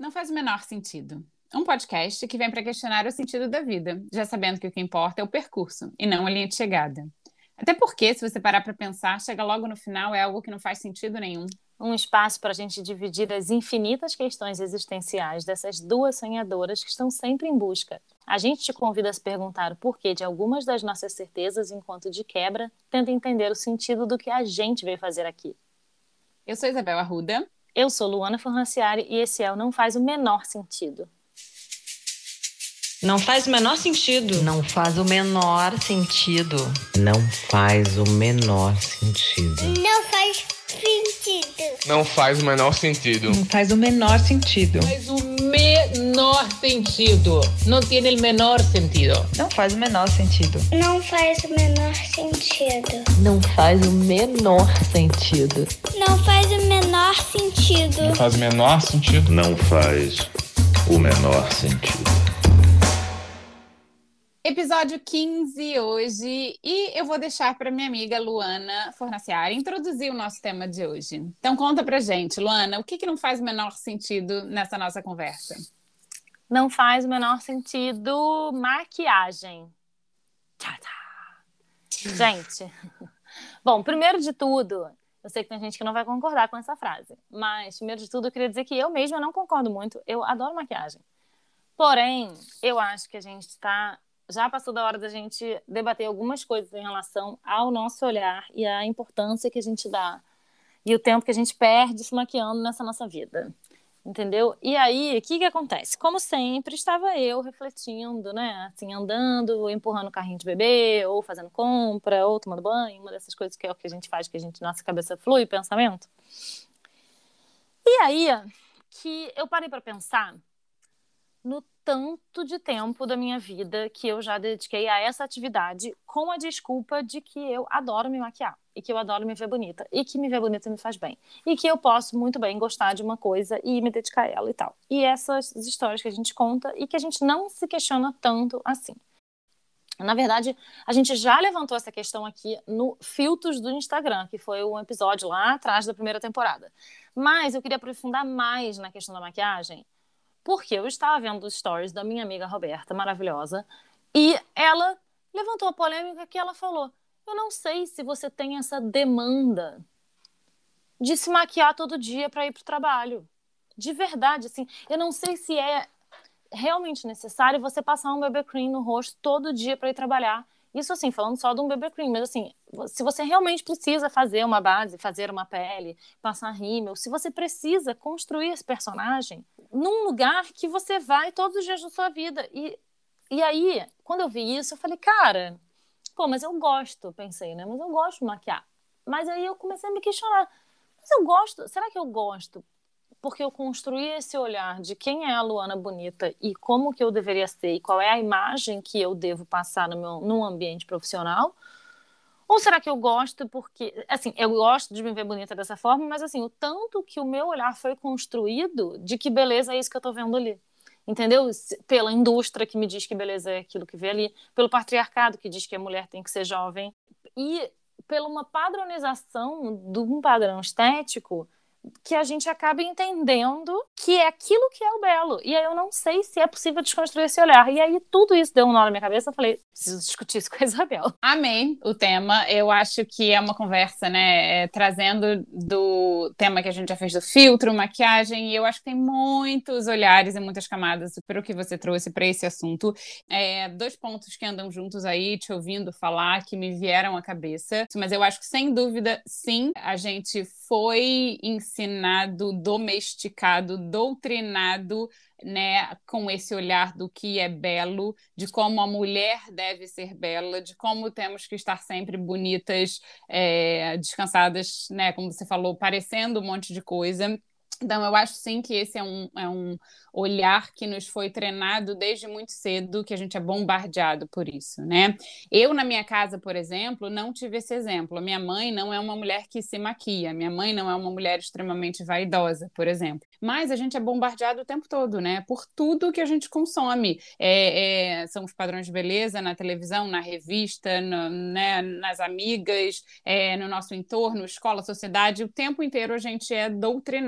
Não faz o menor sentido. Um podcast que vem para questionar o sentido da vida, já sabendo que o que importa é o percurso e não a linha de chegada. Até porque, se você parar para pensar, chega logo no final é algo que não faz sentido nenhum. Um espaço para a gente dividir as infinitas questões existenciais dessas duas sonhadoras que estão sempre em busca. A gente te convida a se perguntar o porquê de algumas das nossas certezas, enquanto de quebra, tenta entender o sentido do que a gente veio fazer aqui. Eu sou Isabel Arruda. Eu sou Luana Fornaciari e esse é o Não Faz o Menor Sentido. Não faz o menor sentido. Não faz o menor sentido. Não faz o menor sentido. Não faz sentido. Não faz o menor sentido. Não faz o menor sentido. Faz o menor sentido. Não tem o menor sentido. Não faz o menor sentido. Não faz o menor sentido. Não faz o menor sentido. Não faz o menor sentido. Não faz o menor sentido. Não faz o menor sentido. Episódio 15 hoje, e eu vou deixar para minha amiga Luana Fornaciari introduzir o nosso tema de hoje. Então conta pra gente, Luana, o que não faz o menor sentido nessa nossa conversa? Não faz o menor sentido maquiagem. Gente, bom, primeiro de tudo, eu sei que tem gente que não vai concordar com essa frase, mas primeiro de tudo eu queria dizer que eu mesma não concordo muito, eu adoro maquiagem. Porém, eu acho que a gente já passou da hora da gente debater algumas coisas em relação ao nosso olhar e à importância que a gente dá e o tempo que a gente perde se maquiando nessa nossa vida, entendeu? E aí, o que acontece? Como sempre, estava eu refletindo, né, assim, andando, empurrando o carrinho de bebê, ou fazendo compra, ou tomando banho, uma dessas coisas que é o que a gente faz, que nossa cabeça flui, pensamento. E aí, que eu parei para pensar no tanto de tempo da minha vida que eu já dediquei a essa atividade com a desculpa de que eu adoro me maquiar e que eu adoro me ver bonita e que me ver bonita me faz bem e que eu posso muito bem gostar de uma coisa e me dedicar a ela e tal. E essas histórias que a gente conta e que a gente não se questiona tanto assim. Na verdade, a gente já levantou essa questão aqui no Filtros do Instagram, que foi um episódio lá atrás da primeira temporada. Mas eu queria aprofundar mais na questão da maquiagem, porque eu estava vendo os stories da minha amiga Roberta, maravilhosa, e ela levantou a polêmica que ela falou: eu não sei se você tem essa demanda de se maquiar todo dia para ir para o trabalho. De verdade, assim, eu não sei se é realmente necessário você passar um BB Cream no rosto todo dia para ir trabalhar. Isso, assim, falando só de um BB Cream, mas assim, se você realmente precisa fazer uma base, fazer uma pele, passar rímel, se você precisa construir esse personagem num lugar que você vai todos os dias da sua vida. E aí, quando eu vi isso, eu falei, cara, pô, mas eu gosto, pensei, né? Mas eu gosto de maquiar. Mas aí eu comecei a me questionar, mas eu gosto, será que eu gosto porque eu construí esse olhar de quem é a Luana bonita e como que eu deveria ser e qual é a imagem que eu devo passar num ambiente profissional? Ou será que eu gosto porque, assim, eu gosto de me ver bonita dessa forma, mas assim, o tanto que o meu olhar foi construído de que beleza é isso que eu tô vendo ali, entendeu? Pela indústria que me diz que beleza é aquilo que vê ali, pelo patriarcado que diz que a mulher tem que ser jovem e pela uma padronização de um padrão estético que a gente acaba entendendo que é aquilo que é o belo. E aí eu não sei se é possível desconstruir esse olhar. E aí tudo isso deu um nó na minha cabeça. Eu falei, preciso discutir isso com a Isabel. Amei o tema. Eu acho que é uma conversa, né, trazendo do tema que a gente já fez do filtro, maquiagem, e eu acho que tem muitos olhares e muitas camadas para o que você trouxe para esse assunto. Dois pontos que andam juntos aí, te ouvindo falar, que me vieram à cabeça. Mas eu acho que, sem dúvida, sim, a gente foi ensinado, domesticado, doutrinado, né, com esse olhar do que é belo, de como a mulher deve ser bela, de como temos que estar sempre bonitas, descansadas, né, como você falou, parecendo um monte de coisa. Então, eu acho sim que esse é um olhar que nos foi treinado desde muito cedo, que a gente é bombardeado por isso, né? Eu, na minha casa, por exemplo, não tive esse exemplo. A minha mãe não é uma mulher que se maquia, minha mãe não é uma mulher extremamente vaidosa, por exemplo. Mas a gente é bombardeado o tempo todo, né? Por tudo que a gente consome. São os padrões de beleza na televisão, na revista, né, nas amigas, no nosso entorno, escola, sociedade. O tempo inteiro a gente é doutrinado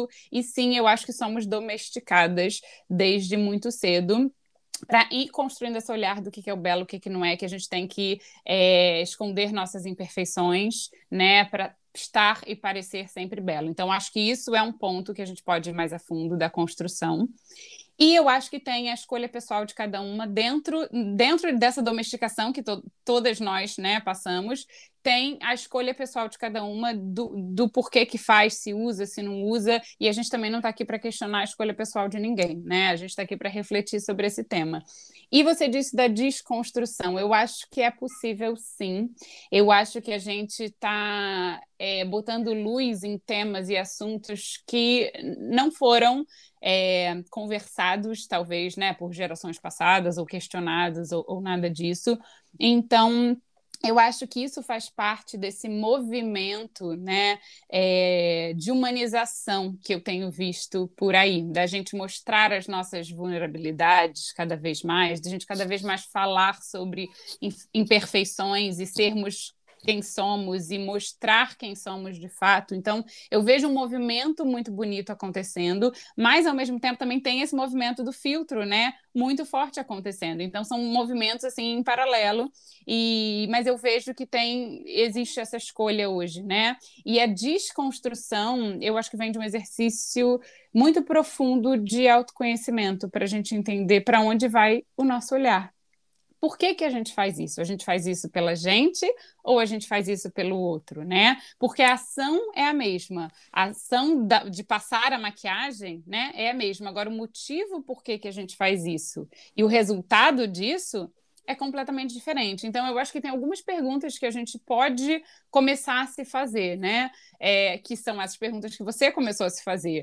E sim, eu acho que somos domesticadas desde muito cedo para ir construindo esse olhar do que é o belo, o que não é, que a gente tem que esconder nossas imperfeições, né, para estar e parecer sempre belo. Então, acho que isso é um ponto que a gente pode ir mais a fundo da construção. E eu acho que tem a escolha pessoal de cada uma dentro dessa domesticação que todas nós, né, passamos, tem a escolha pessoal de cada uma do porquê que faz, se usa, se não usa, e a gente também não está aqui para questionar a escolha pessoal de ninguém, né? A gente está aqui para refletir sobre esse tema. E você disse da desconstrução. Eu acho que é possível, sim. Eu acho que a gente está botando luz em temas e assuntos que não foram conversados, talvez, né, por gerações passadas, ou questionados, ou nada disso. Então, eu acho que isso faz parte desse movimento, né, de humanização que eu tenho visto por aí, da gente mostrar as nossas vulnerabilidades cada vez mais, da gente cada vez mais falar sobre imperfeições e sermos quem somos e mostrar quem somos de fato. Então, eu vejo um movimento muito bonito acontecendo, mas, ao mesmo tempo, também tem esse movimento do filtro, né, muito forte acontecendo. Então, são movimentos, assim, em paralelo, mas eu vejo que existe essa escolha hoje, né? E a desconstrução, eu acho que vem de um exercício muito profundo de autoconhecimento, para a gente entender para onde vai o nosso olhar. Por que a gente faz isso? A gente faz isso pela gente ou a gente faz isso pelo outro, né? Porque a ação é a mesma. A ação de passar a maquiagem, né, é a mesma. Agora, o motivo por que a gente faz isso e o resultado disso é completamente diferente. Então, eu acho que tem algumas perguntas que a gente pode começar a se fazer, né? Que são essas perguntas que você começou a se fazer.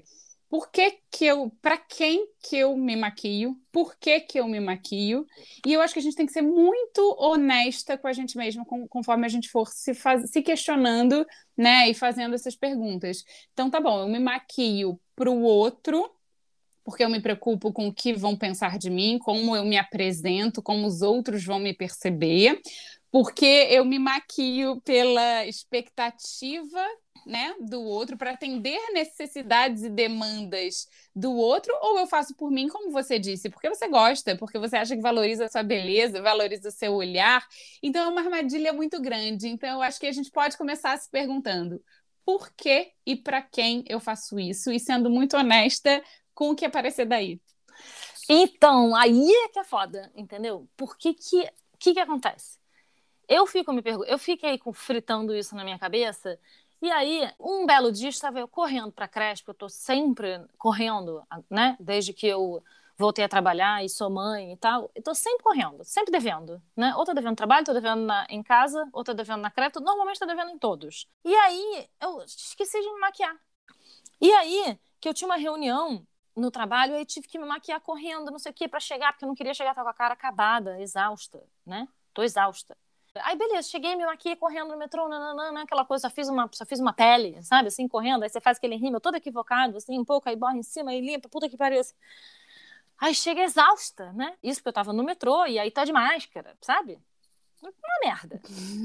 Para quem que eu me maquio? Por que eu me maquio? E eu acho que a gente tem que ser muito honesta com a gente mesma, conforme a gente for se questionando, né, e fazendo essas perguntas. Então, tá bom, eu me maquio para o outro, porque eu me preocupo com o que vão pensar de mim, como eu me apresento, como os outros vão me perceber, porque eu me maquio pela expectativa, né, do outro, para atender necessidades e demandas do outro, ou eu faço por mim, como você disse, porque você gosta, porque você acha que valoriza a sua beleza, valoriza o seu olhar. Então é uma armadilha muito grande. Então eu acho que a gente pode começar se perguntando por que e para quem eu faço isso, e sendo muito honesta com o que aparecer daí. Então, aí é que é foda, entendeu? Por que acontece? Eu fiquei fritando isso na minha cabeça. E aí, um belo dia, estava eu correndo para a creche, porque eu estou sempre correndo, né? Desde que eu voltei a trabalhar e sou mãe e tal. Estou sempre correndo, sempre devendo, né? Ou estou devendo trabalho, estou devendo em casa, ou estou devendo na creche, normalmente estou devendo em todos. E aí, eu esqueci de me maquiar. E aí, que eu tinha uma reunião no trabalho, aí tive que me maquiar correndo, não sei o quê, para chegar, porque eu não queria chegar, tava com a cara acabada, exausta, né? Tô exausta. Aí, beleza, cheguei, me maquiei correndo no metrô, nananana, aquela coisa, só fiz uma pele, sabe, assim, correndo, aí você faz aquele rímel todo equivocado, assim, um pouco, aí borra em cima, aí limpa, puta que pariu. Aí chega exausta, né? Isso porque eu tava no metrô, e aí tá de máscara, sabe? Uma merda.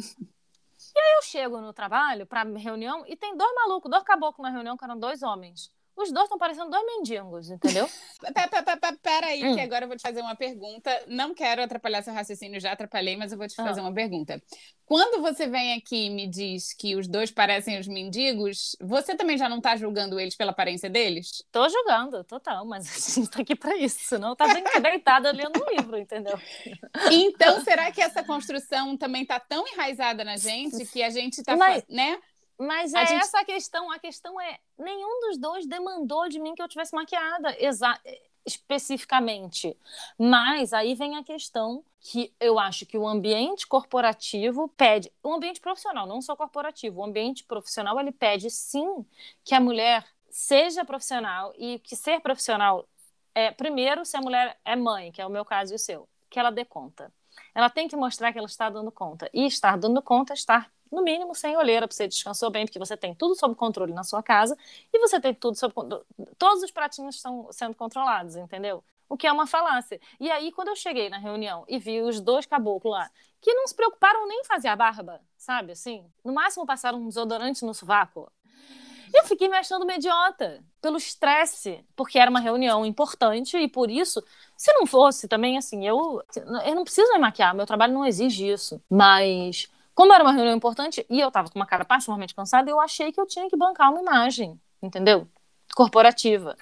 E aí eu chego no trabalho, pra reunião, e tem 2 malucos, 2 caboclos na reunião, que eram 2 homens. Os 2 estão parecendo 2 mendigos, entendeu? Peraí, que agora eu vou te fazer uma pergunta. Não quero atrapalhar seu raciocínio, já atrapalhei, mas eu vou te fazer uma pergunta. Quando você vem aqui e me diz que os 2 parecem os mendigos, você também já não tá julgando eles pela aparência deles? Tô julgando, total, mas a gente tá aqui pra isso, senão eu tava deitada lendo um livro, entendeu? Então, será que essa construção também tá tão enraizada na gente que a gente tá, né? Mas essa a questão. A questão é, nenhum dos 2 demandou de mim que eu tivesse maquiada especificamente. Mas aí vem a questão que eu acho que o ambiente corporativo pede, o ambiente profissional, não só corporativo, o ambiente profissional, ele pede sim que a mulher seja profissional, e que ser profissional primeiro, se a mulher é mãe, que é o meu caso e o seu, que ela dê conta. Ela tem que mostrar que ela está dando conta. E estar dando conta, estar no mínimo sem olheira, porque você descansou bem, porque você tem tudo sob controle na sua casa e você tem tudo sob controle. Todos os pratinhos estão sendo controlados, entendeu? O que é uma falácia. E aí, quando eu cheguei na reunião e vi os 2 caboclos lá, que não se preocuparam nem em fazer a barba, sabe, assim? No máximo passaram um desodorante no sovaco. Eu fiquei me achando uma idiota pelo estresse, porque era uma reunião importante e por isso, se não fosse também assim, eu não preciso me maquiar, meu trabalho não exige isso, mas como era uma reunião importante e eu tava com uma cara particularmente cansada, eu achei que eu tinha que bancar uma imagem, entendeu? Corporativa.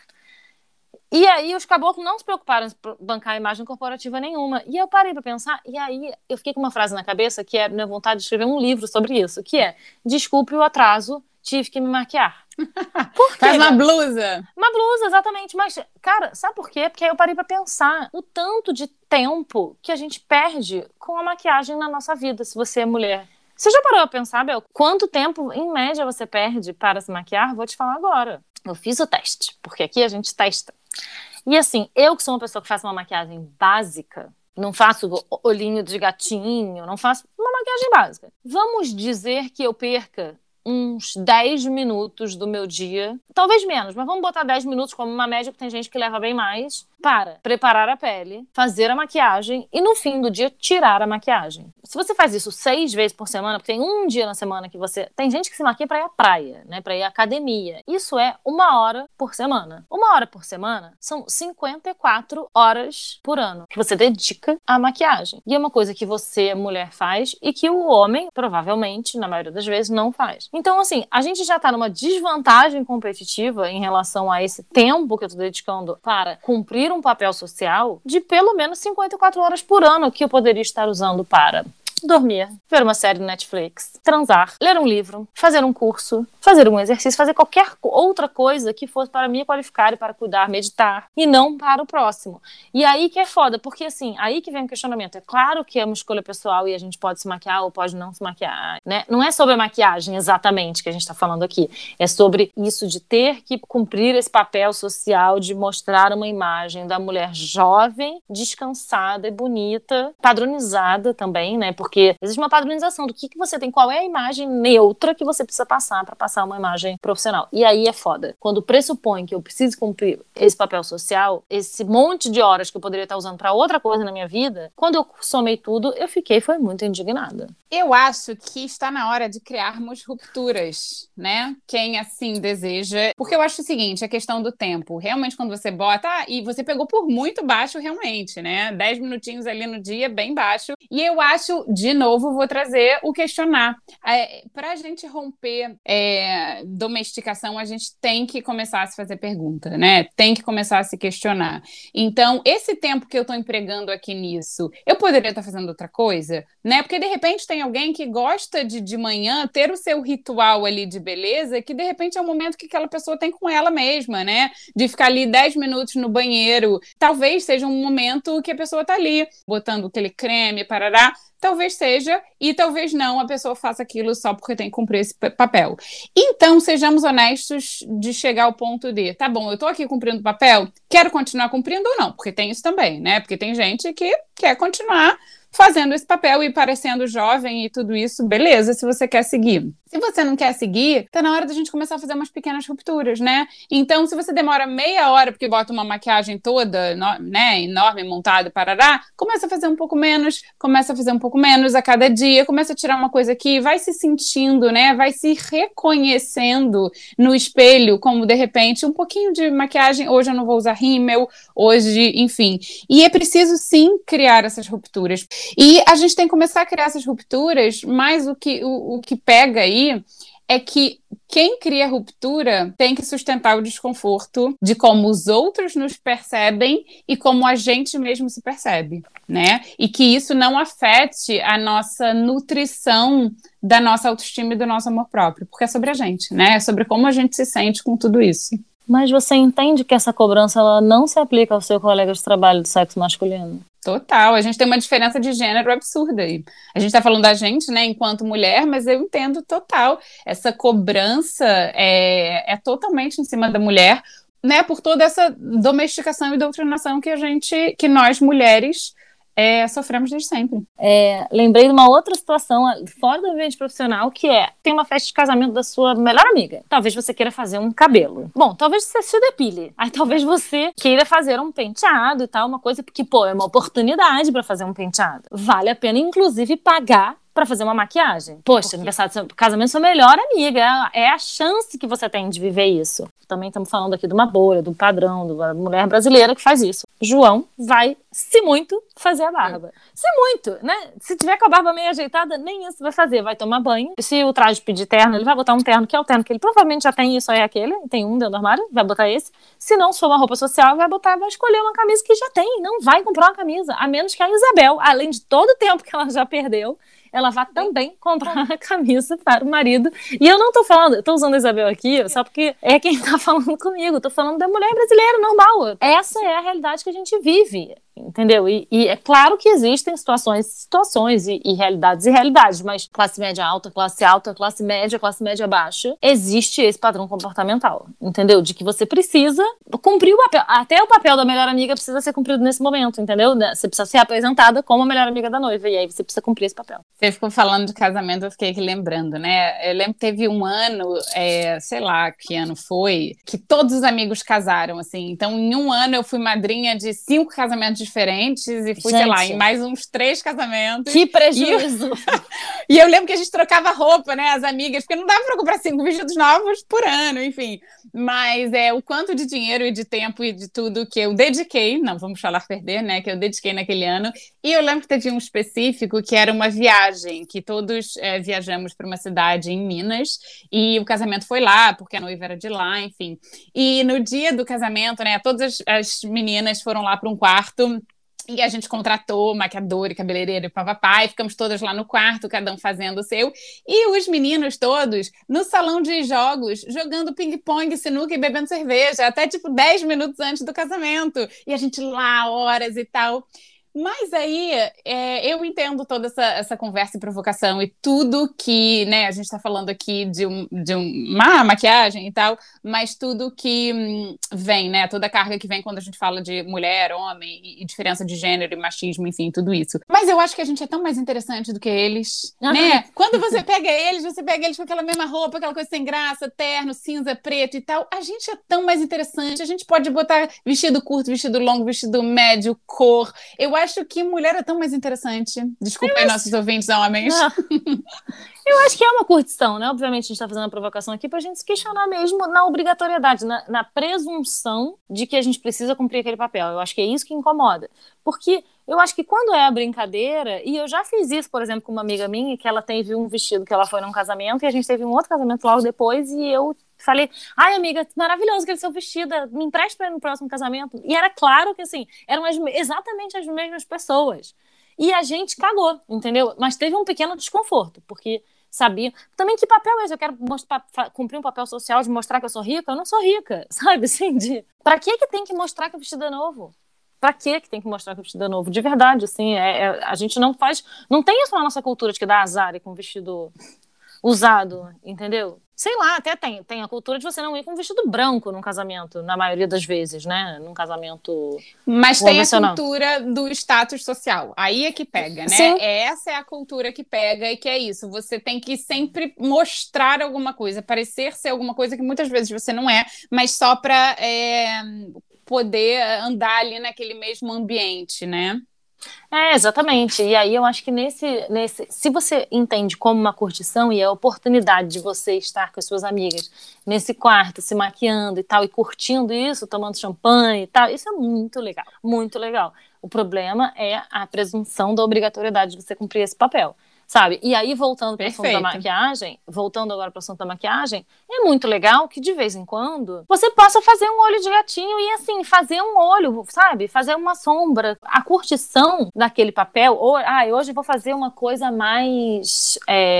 E aí os caboclos não se preocuparam em bancar imagem corporativa nenhuma. E eu parei pra pensar, e aí eu fiquei com uma frase na cabeça que é minha vontade de escrever um livro sobre isso, que é: desculpe o atraso, tive que me maquiar. Por quê? Faz uma blusa. Uma blusa, exatamente. Mas, cara, sabe por quê? Porque aí eu parei pra pensar o tanto de tempo que a gente perde com a maquiagem na nossa vida, se você é mulher. Você já parou pra pensar, Bel? Quanto tempo, em média, você perde para se maquiar? Vou te falar agora. Eu fiz o teste, porque aqui a gente testa. E assim, eu que sou uma pessoa que faz uma maquiagem básica, não faço olhinho de gatinho, não faço uma maquiagem básica. Vamos dizer que eu perca uns 10 minutos do meu dia, talvez menos, mas vamos botar 10 minutos como uma média, porque tem gente que leva bem mais, para preparar a pele, fazer a maquiagem e no fim do dia tirar a maquiagem. Se você faz isso 6 vezes por semana, porque tem um dia na semana que você... Tem gente que se maquia pra ir à praia, né? Pra ir à academia. Isso é 1 hora por semana. 1 hora por semana são 54 horas por ano que você dedica à maquiagem. E é uma coisa que você, mulher, faz e que o homem, provavelmente, na maioria das vezes, não faz. Então, assim, a gente já tá numa desvantagem competitiva em relação a esse tempo que eu tô dedicando para cumprir um papel social de pelo menos 54 horas por ano que eu poderia estar usando para dormir, ver uma série no Netflix, transar, ler um livro, fazer um curso, fazer um exercício, fazer qualquer outra coisa que fosse para me qualificar e para cuidar, meditar, e não para o próximo. E aí que é foda, porque assim, aí que vem o questionamento. É claro que é uma escolha pessoal e a gente pode se maquiar ou pode não se maquiar, né? Não é sobre a maquiagem exatamente que a gente tá falando aqui. É sobre isso de ter que cumprir esse papel social de mostrar uma imagem da mulher jovem, descansada e bonita, padronizada também, né? Porque existe uma padronização do que você tem, qual é a imagem neutra que você precisa passar para passar uma imagem profissional. E aí é foda. Quando pressupõe que eu preciso cumprir esse papel social, esse monte de horas que eu poderia estar usando para outra coisa na minha vida, quando eu somei tudo, foi muito indignada. Eu acho que está na hora de criarmos rupturas, né? Quem assim deseja. Porque eu acho o seguinte, a questão do tempo. Realmente, quando você bota... e você pegou por muito baixo, realmente, né? 10 minutinhos ali no dia, bem baixo. E eu acho... De novo, vou trazer o questionar. Para a gente romper domesticação, a gente tem que começar a se fazer pergunta, né? Tem que começar a se questionar. Então, esse tempo que eu estou empregando aqui nisso, eu poderia estar fazendo outra coisa, né? Porque, de repente, tem alguém que gosta de manhã ter o seu ritual ali de beleza, que, de repente, é o momento que aquela pessoa tem com ela mesma, né? De ficar ali 10 minutos no banheiro. Talvez seja um momento que a pessoa está ali, botando aquele creme, parará. Talvez seja, e talvez não, a pessoa faça aquilo só porque tem que cumprir esse papel. Então, sejamos honestos de chegar ao ponto de, tá bom, eu tô aqui cumprindo o papel, quero continuar cumprindo ou não? Porque tem isso também, né? Porque tem gente que quer continuar fazendo esse papel e parecendo jovem e tudo isso, beleza, se você quer seguir. Se você não quer seguir, tá na hora da gente começar a fazer umas pequenas rupturas, né? Então, se você demora meia hora porque bota uma maquiagem toda, né, enorme, montada, parará, começa a fazer um pouco menos a cada dia, começa a tirar uma coisa aqui, vai se sentindo, né, vai se reconhecendo no espelho, como de repente, um pouquinho de maquiagem, hoje eu não vou usar rímel, hoje, enfim. E é preciso, sim, criar essas rupturas. E a gente tem que começar a criar essas rupturas, mas o que pega aí é que quem cria ruptura tem que sustentar o desconforto de como os outros nos percebem e como a gente mesmo se percebe, né? E que isso não afete a nossa nutrição da nossa autoestima e do nosso amor próprio, porque é sobre a gente, né? É sobre como a gente se sente com tudo isso. Mas você entende que essa cobrança ela não se aplica ao seu colega de trabalho do sexo masculino? Total, a gente tem uma diferença de gênero absurda aí. A gente tá falando da gente, né, enquanto mulher, mas eu entendo total. Essa cobrança é totalmente em cima da mulher, né, por toda essa domesticação e doutrinação que nós mulheres sofremos desde sempre. Lembrei de uma outra situação fora do ambiente profissional, que tem uma festa de casamento da sua melhor amiga. Talvez você queira fazer um cabelo. Bom, talvez você se depile. Aí talvez você queira fazer um penteado e tal, uma coisa, porque, é uma oportunidade pra fazer um penteado. Vale a pena, inclusive, pagar pra fazer uma maquiagem. Poxa, aniversário do seu casamento da sua melhor amiga. É a chance que você tem de viver isso. Também estamos falando aqui de uma bolha, do padrão, da mulher brasileira que faz isso. João vai, se muito, fazer a barba. Se muito, né? Se tiver com a barba meio ajeitada, nem isso vai fazer. Vai tomar banho. Se o traje pedir terno, ele vai botar um terno, que é o terno que ele provavelmente já tem, isso aí é aquele. Tem um dentro do armário, vai botar esse. Se não, se for uma roupa social, vai escolher uma camisa que já tem. Não vai comprar uma camisa. A menos que a Isabel, além de todo o tempo que ela já perdeu, ela vai também comprar a camisa para o marido. E eu não tô falando, eu tô usando a Isabel aqui só porque é quem tá falando comigo. Eu tô falando da mulher brasileira normal. Essa é a realidade que a gente vive, entendeu? E é claro que existem situações e realidades, mas classe média, classe média baixa, existe esse padrão comportamental, entendeu? De que você precisa cumprir o papel. Até o papel da melhor amiga precisa ser cumprido nesse momento, entendeu? Você precisa ser apresentada como a melhor amiga da noiva, e aí você precisa cumprir esse papel. Você ficou falando de casamento, eu fiquei aqui lembrando, né? Eu lembro que teve um ano, sei lá que ano foi, que todos os amigos casaram, assim. Então, em um ano, eu fui madrinha de 5 casamentos diferentes e fui, sei lá, em mais uns 3 casamentos. Que prejuízo! E eu lembro que a gente trocava roupa, né, as amigas, porque não dava pra comprar 5 vestidos novos por ano, enfim. Mas o quanto de dinheiro e de tempo e de tudo que eu dediquei, não vamos falar perder, né, que eu dediquei naquele ano. E eu lembro que teve um específico que era uma viagem, que todos viajamos para uma cidade em Minas, e o casamento foi lá, porque a noiva era de lá, enfim. E no dia do casamento, né, todas as meninas foram lá para um quarto, e a gente contratou maquiador e cabeleireiro e papapá, e ficamos todas lá no quarto, cada um fazendo o seu. E os meninos todos no salão de jogos, jogando ping-pong, sinuca e bebendo cerveja, até tipo 10 minutos antes do casamento. E a gente lá, horas e tal. Mas aí eu entendo toda essa conversa e provocação e tudo que, né, a gente está falando aqui de uma maquiagem e tal, mas tudo que vem, né, toda a carga que vem quando a gente fala de mulher, homem e diferença de gênero e machismo, enfim, tudo isso. Mas eu acho que a gente é tão mais interessante do que eles, né? Quando você pega eles com aquela mesma roupa, aquela coisa sem graça, terno, cinza, preto e tal, a gente é tão mais interessante, a gente pode botar vestido curto, vestido longo, vestido médio, cor. Eu acho que mulher é tão mais interessante. Desculpa aí nossos ouvintes homens. Eu acho que é uma curtição, né? Obviamente a gente está fazendo uma provocação aqui pra gente se questionar mesmo na obrigatoriedade, na presunção de que a gente precisa cumprir aquele papel. Eu acho que é isso que incomoda. Porque eu acho que quando é a brincadeira, e eu já fiz isso, por exemplo, com uma amiga minha, que ela teve um vestido que ela foi num casamento, e a gente teve um outro casamento logo depois, e eu falei, ai amiga, maravilhoso aquele seu vestido, me empresta pra ir no próximo casamento. E era claro que assim, eram exatamente as mesmas pessoas. E a gente cagou, entendeu? Mas teve um pequeno desconforto, porque sabia também que papel é esse? Eu quero cumprir um papel social de mostrar que eu sou rica? Eu não sou rica, sabe? Assim, pra que tem que mostrar que o vestido é novo? Pra que tem que mostrar que o vestido é novo? De verdade, assim, a gente não faz... Não tem isso na nossa cultura de que dá azar e com vestido usado, entendeu? Sei lá, até tem a cultura de você não ir com um vestido branco num casamento, na maioria das vezes, né? Num casamento Mas tem a cultura do status social. Aí é que pega, né? Sim. Essa é a cultura que pega e que é isso. Você tem que sempre mostrar alguma coisa, parecer ser alguma coisa que muitas vezes você não é, mas só para poder andar ali naquele mesmo ambiente, né? Exatamente. E aí eu acho que se você entende como uma curtição e a oportunidade de você estar com as suas amigas nesse quarto, se maquiando e tal, e curtindo isso, tomando champanhe e tal, isso é muito legal, muito legal. O problema é a presunção da obrigatoriedade de você cumprir esse papel, sabe? E aí, voltando para o assunto da maquiagem, voltando agora para o assunto da maquiagem, é muito legal que, de vez em quando, você possa fazer um olho de gatinho e, assim, fazer um olho, sabe? Fazer uma sombra. A curtição daquele papel, hoje eu vou fazer uma coisa mais,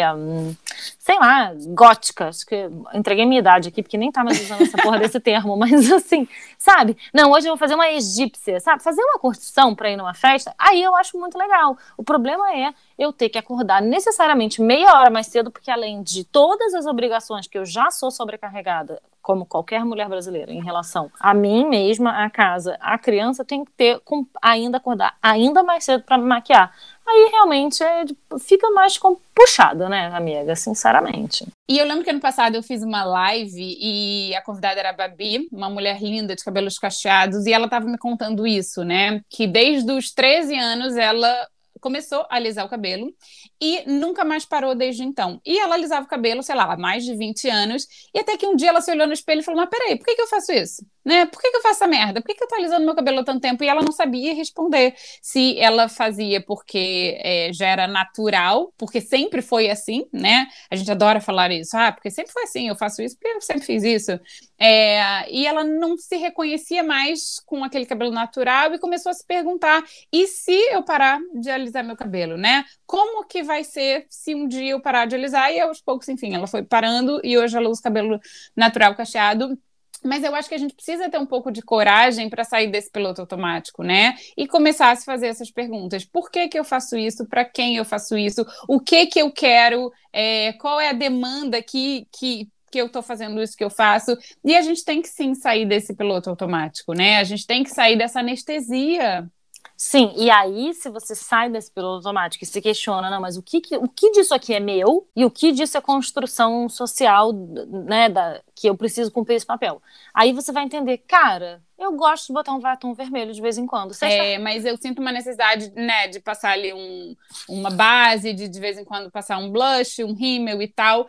sei lá, gótica. Acho que eu entreguei minha idade aqui, porque nem tá mais usando essa porra desse termo, mas, assim, sabe? Não, hoje eu vou fazer uma egípcia, sabe? Fazer uma curtição pra ir numa festa, aí eu acho muito legal. O problema é eu ter que acordar necessariamente meia hora mais cedo, porque além de todas as obrigações que eu já sou sobrecarregada, como qualquer mulher brasileira, em relação a mim mesma, a casa, a criança, tem que ter ainda acordar ainda mais cedo para me maquiar. Aí realmente fica mais puxado, né, amiga? Sinceramente. E eu lembro que ano passado eu fiz uma live e a convidada era a Babi, uma mulher linda de cabelos cacheados, e ela estava me contando isso, né? Que desde os 13 anos ela começou a alisar o cabelo e nunca mais parou desde então. E ela alisava o cabelo, sei lá, há mais de 20 anos, e até que um dia ela se olhou no espelho e falou, mas peraí, por que eu faço isso? Né? Por que eu faço essa merda? Por que eu tô alisando meu cabelo há tanto tempo? E ela não sabia responder se ela fazia porque já era natural, porque sempre foi assim, né? A gente adora falar isso, porque sempre foi assim, eu faço isso porque eu sempre fiz isso. E ela não se reconhecia mais com aquele cabelo natural e começou a se perguntar, e se eu parar de alisar meu cabelo, né? Como que vai ser se um dia eu parar de alisar? E aos poucos, enfim, ela foi parando e hoje ela usa cabelo natural cacheado. Mas eu acho que a gente precisa ter um pouco de coragem para sair desse piloto automático, né? E começar a se fazer essas perguntas. Por que eu faço isso? Para quem eu faço isso? O que eu quero? Qual é a demanda que eu estou fazendo isso que eu faço? E a gente tem que, sim, sair desse piloto automático, né? A gente tem que sair dessa anestesia. Sim, e aí, se você sai desse piloto automático e se questiona, não, mas o que disso aqui é meu e o que disso é construção social, né, que eu preciso cumprir esse papel? Aí você vai entender, cara, eu gosto de botar um batom vermelho de vez em quando. Mas eu sinto uma necessidade, né, de passar ali uma base, de vez em quando passar um blush, um rímel e tal.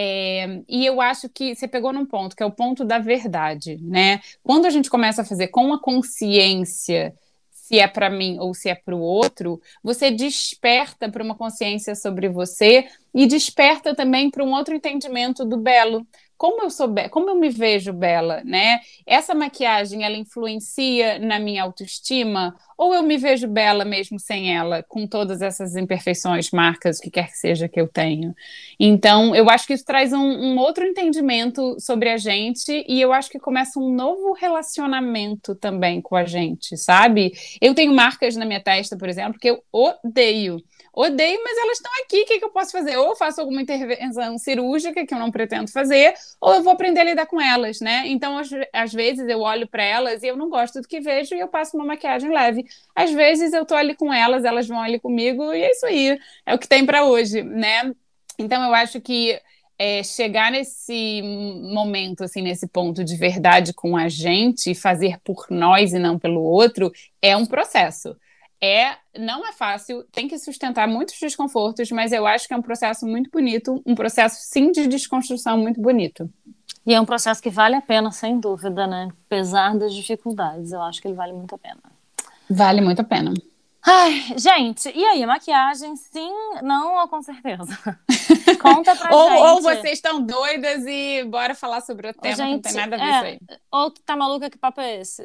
E eu acho que você pegou num ponto, que é o ponto da verdade, né? Quando a gente começa a fazer com a consciência se é para mim ou se é para o outro, você desperta para uma consciência sobre você e desperta também para um outro entendimento do belo. Como eu me vejo bela, né? Essa maquiagem, ela influencia na minha autoestima? Ou eu me vejo bela mesmo sem ela, com todas essas imperfeições, marcas, o que quer que seja que eu tenho? Então, eu acho que isso traz um outro entendimento sobre a gente e eu acho que começa um novo relacionamento também com a gente, sabe? Eu tenho marcas na minha testa, por exemplo, que eu odeio, mas elas estão aqui, o que eu posso fazer? Ou eu faço alguma intervenção cirúrgica, que eu não pretendo fazer, ou eu vou aprender a lidar com elas, né? Então, às vezes, eu olho para elas e eu não gosto do que vejo e eu passo uma maquiagem leve. Às vezes, eu tô ali com elas vão ali comigo e é isso aí, é o que tem para hoje, né? Então, eu acho que chegar nesse momento, assim, nesse ponto de verdade com a gente, fazer por nós e não pelo outro, é um processo. Não é fácil, tem que sustentar muitos desconfortos, mas eu acho que é um processo muito bonito, um processo, sim, de desconstrução muito bonito. E é um processo que vale a pena, sem dúvida, né? Apesar das dificuldades, eu acho que ele vale muito a pena. Vale muito a pena. Ai, gente, e aí, maquiagem, sim, não ou com certeza? Conta pra gente. Ou vocês estão doidas e bora falar sobre o tema, gente, que não tem nada a ver isso aí. Ou tá maluca, que papo é esse?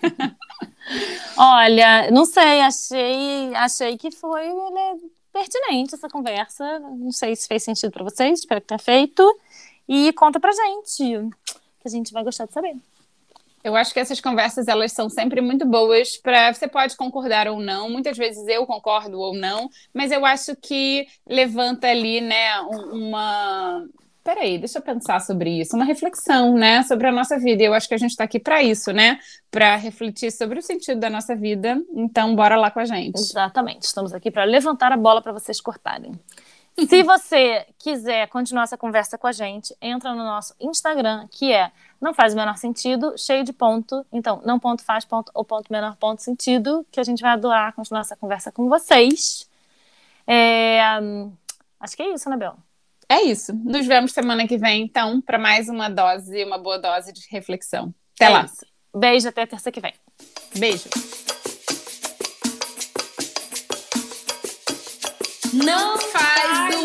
Olha, não sei, achei que foi pertinente essa conversa. Não sei se fez sentido pra vocês, espero que tenha feito. E conta pra gente, que a gente vai gostar de saber. Eu acho que essas conversas, elas são sempre muito boas você pode concordar ou não, muitas vezes eu concordo ou não, mas eu acho que levanta ali, né, Peraí, deixa eu pensar sobre isso, uma reflexão, né, sobre a nossa vida, e eu acho que a gente está aqui para isso, né, para refletir sobre o sentido da nossa vida, então bora lá com a gente. Exatamente, estamos aqui para levantar a bola para vocês cortarem. Se você quiser continuar essa conversa com a gente, entra no nosso Instagram, que Não Faz o Menor Sentido, cheio de ponto. Então, não ponto faz ponto ou ponto menor ponto sentido, que a gente vai adorar continuar essa conversa com vocês. Acho que é isso, né, Bel? É isso. Nos vemos semana que vem, então, para mais uma boa dose de reflexão. Até lá. Isso. Beijo, até terça que vem. Beijo. Não faz o